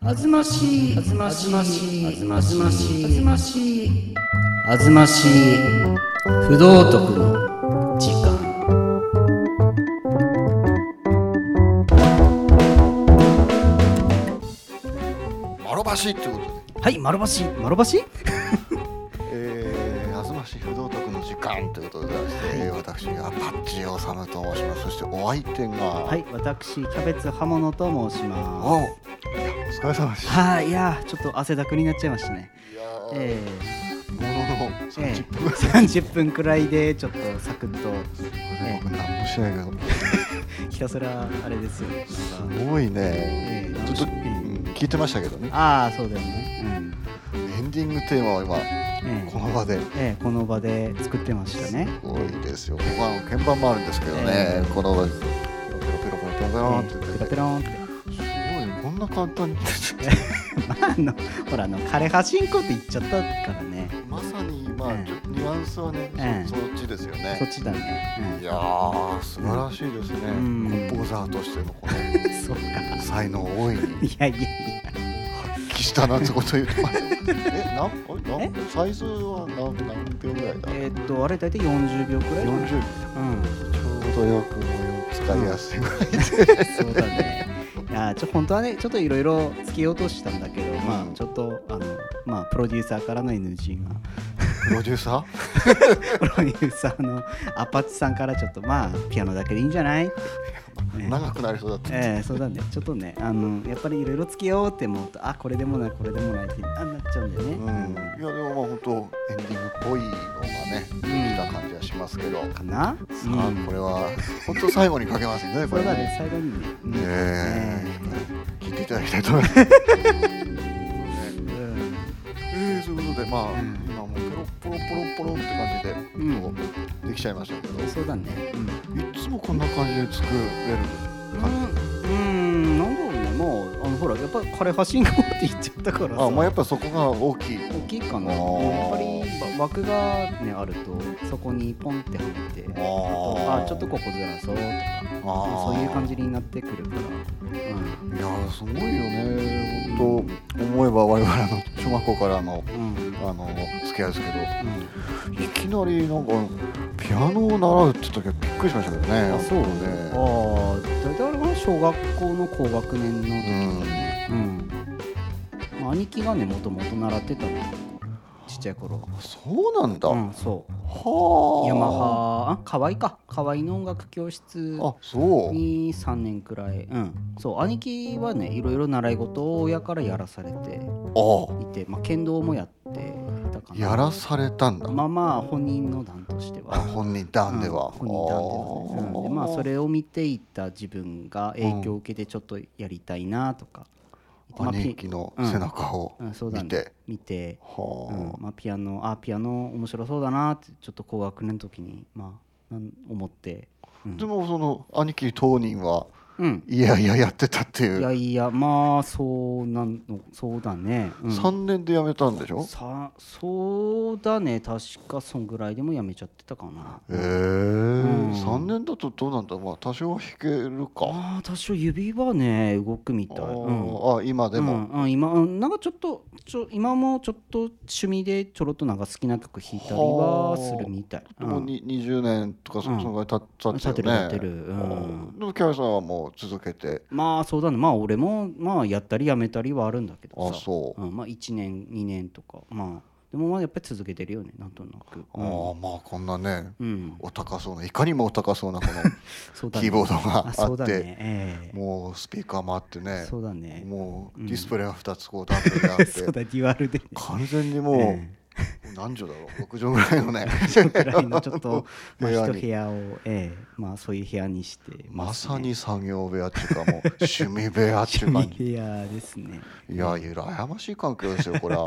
あずましい、あずましい、あずましい、あずましい、あずましい不道徳の時間。 マロバシってことで、 はい、丸橋、丸橋。 あずまし不道徳の時間ということでですね、私がパッチオサムと申します。そしてお相手が、 はい、私キャベツ刃物と申します。 お疲れ様です。 はい、いやちょっと汗だくになっちゃいましたね。 いやものの30分ぐらい、 30分くらいでちょっとサクッと、 僕何もしないけど、 ひたすらあれですよ。 すごいね。ちょっと、聞いてましたけどね。 ああ、そうだよね。 エンディングテーマを今、この場で、 この場で作ってましたね。 すごいですよ。ここは鍵盤もあるんですけどね、この場でペロペロペロペロペロってペロペロンって。 すごい、こんな簡単にまあほら枯葉信仰って言っちゃったからね。 まさにまあ、ニュアンスはね、そっちですよね。 そっちだね。 いやー、素晴らしいですね。コンポーザーとしてのこの才能を大いにいやいやいや、 発揮したなってことを言ってます。サイズは何秒ぐらいだ？ あれ大体40秒くらい。 40秒。ちょうどよく使いやすいぐらいで。 そうだね。いや本当はね、ちょっといろいろつけようとしたんだけど、まあちょっとプロデューサーからの NG が。 プロデューサー？ プロデューサーのアパッチさんからちょっとピアノだけでいいんじゃない？ 長くなりそうだった。 そうだね。ちょっとね、やっぱりいろいろつけようって思うと、これでもないこれでもないってなっちゃうんだよね。 いやでも本当エンディングっぽいのがね、来た感じはしますけど。 かな？ さあこれは本当最後にかけますね。 そうだね、最後にね。 聞いていただきたいと思います。ということで今もうポロンポロンポロンって感じでできちゃいましたけど。 そうだね。 いつもこんな感じで作れる感じ。 なんだろうね。もうほらやっぱり枯葉信仰って言っちゃったからさ。 やっぱそこが大きいかな。やっぱり枠がねあるとそこにポンってはめて、ちょっとここずらそうとか、そういう感じになってくるから。 いやすごいよね。本当思えば我々の小学校からの付き合いですけど、いきなりなんかピアノを習うって時はびっくりしましたけどね。 そうね。大体あれは小学校の高学年の時だね。兄貴がねもともと習ってたの、ちっちゃい頃。 そうなんだ。 そう。 はあ。 ヤマハ河合の音楽教室に3年くらい。そう兄貴はねいろいろ習い事を親からやらされていて、剣道もやってたかな。 やらされたんだ。 本人の段としては。 本人段では。 でそれを見ていた自分が影響を受けてちょっとやりたいなとか。 兄貴の背中を見て、ピアノ面白そうだなってちょっと高学年の時に思って。 でもその兄貴当人はいやいややってたっていう。 いやそうだね。 3年で辞めたんでしょ？ そうだね、確かそんぐらいでも辞めちゃってたかな。 3年だとどうなんだ。多少は弾けるか。 多少指はね動くみたい。 今でも。 今なんかちょっと今もちょっと趣味でちょろっとなんか好きな曲弾いたりはするみたい。 もう20年とかそのぐらい経ってるよね。 経ってる。 でもキャベさんはもう続けて。 そうだね。俺もやったりやめたりはあるんだけどさ。1年2年とかでもやっぱり続けてるよね、なんとなく。 こんなね、お高そうな、いかにもお高そうなこのキーボードがあって、もうスピーカーもあってね、もうディスプレイが2つこうダブルであってそうだ、デュアルで完全にもう何畳だろう、6畳ぐらいのねぐらいのちょっと一部屋をそういう部屋にしてまさに作業部屋っていうかもう趣味部屋っていう感じ。 趣味部屋ですね。 いや羨ましい環境ですよこれは。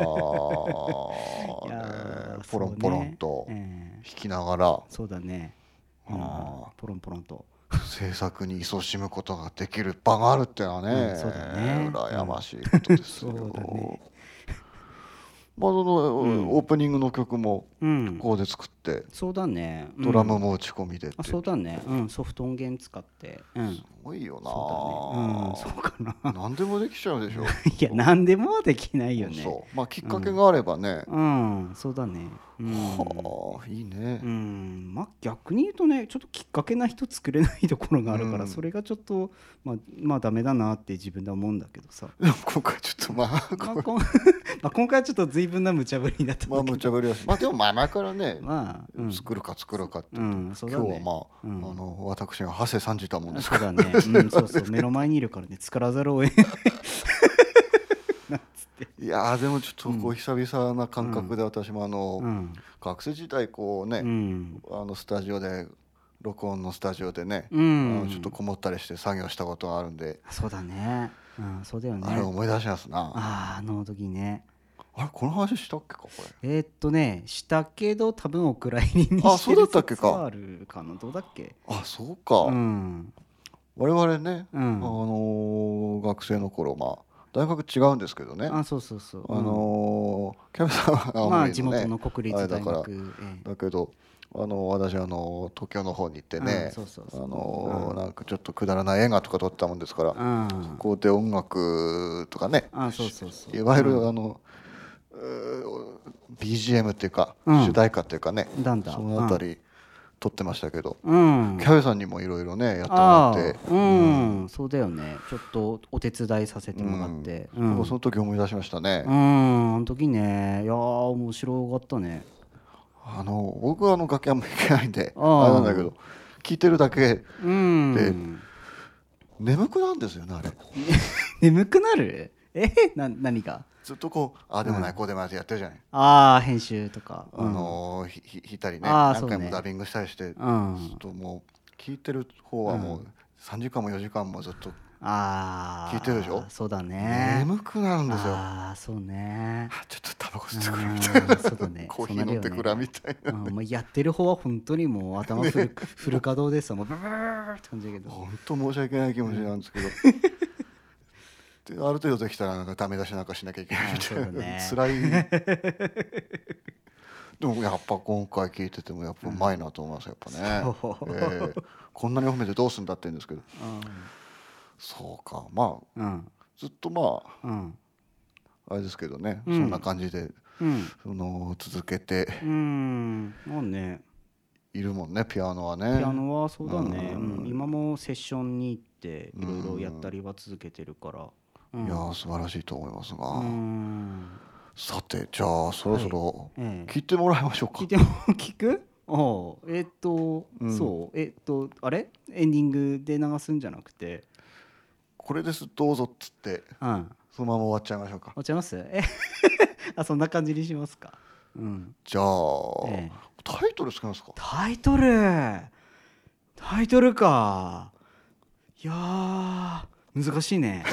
ポロンポロンと弾きながら。 そうだね。ポロンポロンと制作に勤しむことができる場があるっていうのはね、羨ましいことですよ。そのオープニングの曲もここで作っ 、 そうだね、 ドラムも打ち込みでって、 そうだね、ソフト音源使って、 すごいよな。 そうかな。 何でもできちゃうでしょ。 いや何でもはできないよね。 そう、きっかけがあればね。 そうだね。 はあ、いいね。 逆に言うとね、ちょっときっかけな人作れないところがあるから、それがちょっとまあダメだなって自分では思うんだけどさ。 でも今回ちょっと今回はちょっと随分な無茶ぶりだったんだけど。 無茶ぶりはでも前からね、作るか作るかって、今日は私が馳せ参じたもんですから。 そうだね。そうそう、目の前にいるからね、作らざるを得ない。 いやでもちょっと久々な感覚で、私も学生時代こうね、スタジオで録音のスタジオでね、ちょっとこもったりして作業したことがあるんで。 そうだね、そうだよね。 あれ思い出しますな。 あの時ね。 あれこの話したっけかこれ。したけど多分お蔵入りにしてる説があるかな。どうだっけ。 そうか。我々ね、学生の頃大学違うんですけどね。 そうそうそう。 キャベさんは青森のね、 地元の国立大学だけど、私東京の方に行ってね、なんかちょっとくだらない映画とか撮ったもんですから、そこで音楽とかね、いわゆるBGM っていうか、主題歌っていうかね、そのあたり撮ってましたけど、キャベさんにもいろいろねやってもらって、 そうだよね。ちょっとお手伝いさせてもらって、 その時思い出しましたね。 あの時ね、いや面白かったね。 僕は楽器あんま弾けないんであれなんだけど、聴いてるだけで眠くなるんですよね、あれ。 眠くなる？何が？ ずっとこうでもないこうでもないってやってるじゃない。 編集とか弾いたりね、何回もダビングしたりして、ずっともう聴いてる方はもう3時間も4時間もずっと聴いてるでしょ。 そうだね、 眠くなるんですよ。 そうね。 ちょっとタバコ吸ってくるみたいな、 そうだね、 コーヒー飲んでくるみたいな。 やってる方は本当にもう頭フル稼働でさ、もうブブーって感じだけど、 本当申し訳ない気持ちなんですけど、である程度できたらなんかダメ出しなんかしなきゃいけないみたいな、辛い。でもやっぱ今回聞いててもやっぱうまいなと思いますやっぱね。こんなに褒めてどうすんだって言うんですけど、そうか、ずっとあれですけどね、そんな感じで続けているもんね、ピアノはね。 ピアノはそうだね、今もセッションに行っていろいろやったりは続けてるから、 いや素晴らしいと思いますが、さてじゃあそろそろ聞いてもらいましょうか。 聞く？そうあれエンディングで流すんじゃなくて、 これですどうぞっつって、そのまま終わっちゃいましょうか。 終わっちゃいます？そんな感じにしますか。 じゃあ、タイトルつけますか。 タイトルか。いや難しいね。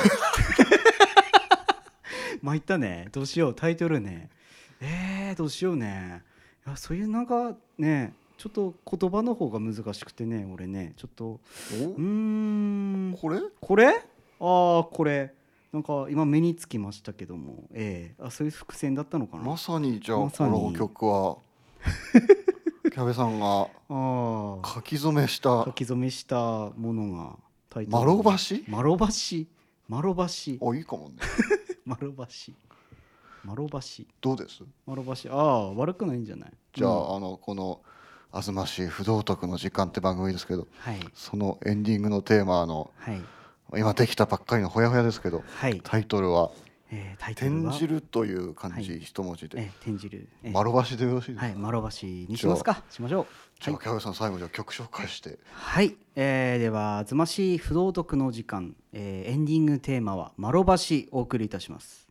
参ったね。どうしよう、タイトルね。どうしようね。いやそういうなんかね、ちょっと言葉の方が難しくてね、俺ね、ちょっとこれこれなんか今目につきましたけども、そういう伏線だったのかな。 まさにじゃあこの曲はキャベさんが書き初めしたものがタイトル。 マロバシ。いいかもね。 マロバシどうです？ マロバシ悪くないんじゃない？ じゃあこのあずましい不道徳の時間って番組ですけど、そのエンディングのテーマ今できたばっかりのほやほやですけど、タイトルは転じるという漢字一文字で、 転じる、 マロバシでよろしいですか？ マロバシにしますか。しましょう。 じゃあキャベさん最後じゃあ曲紹介して。 ではあずましい不道徳の時間、エンディングテーマはマロバシお送りいたします。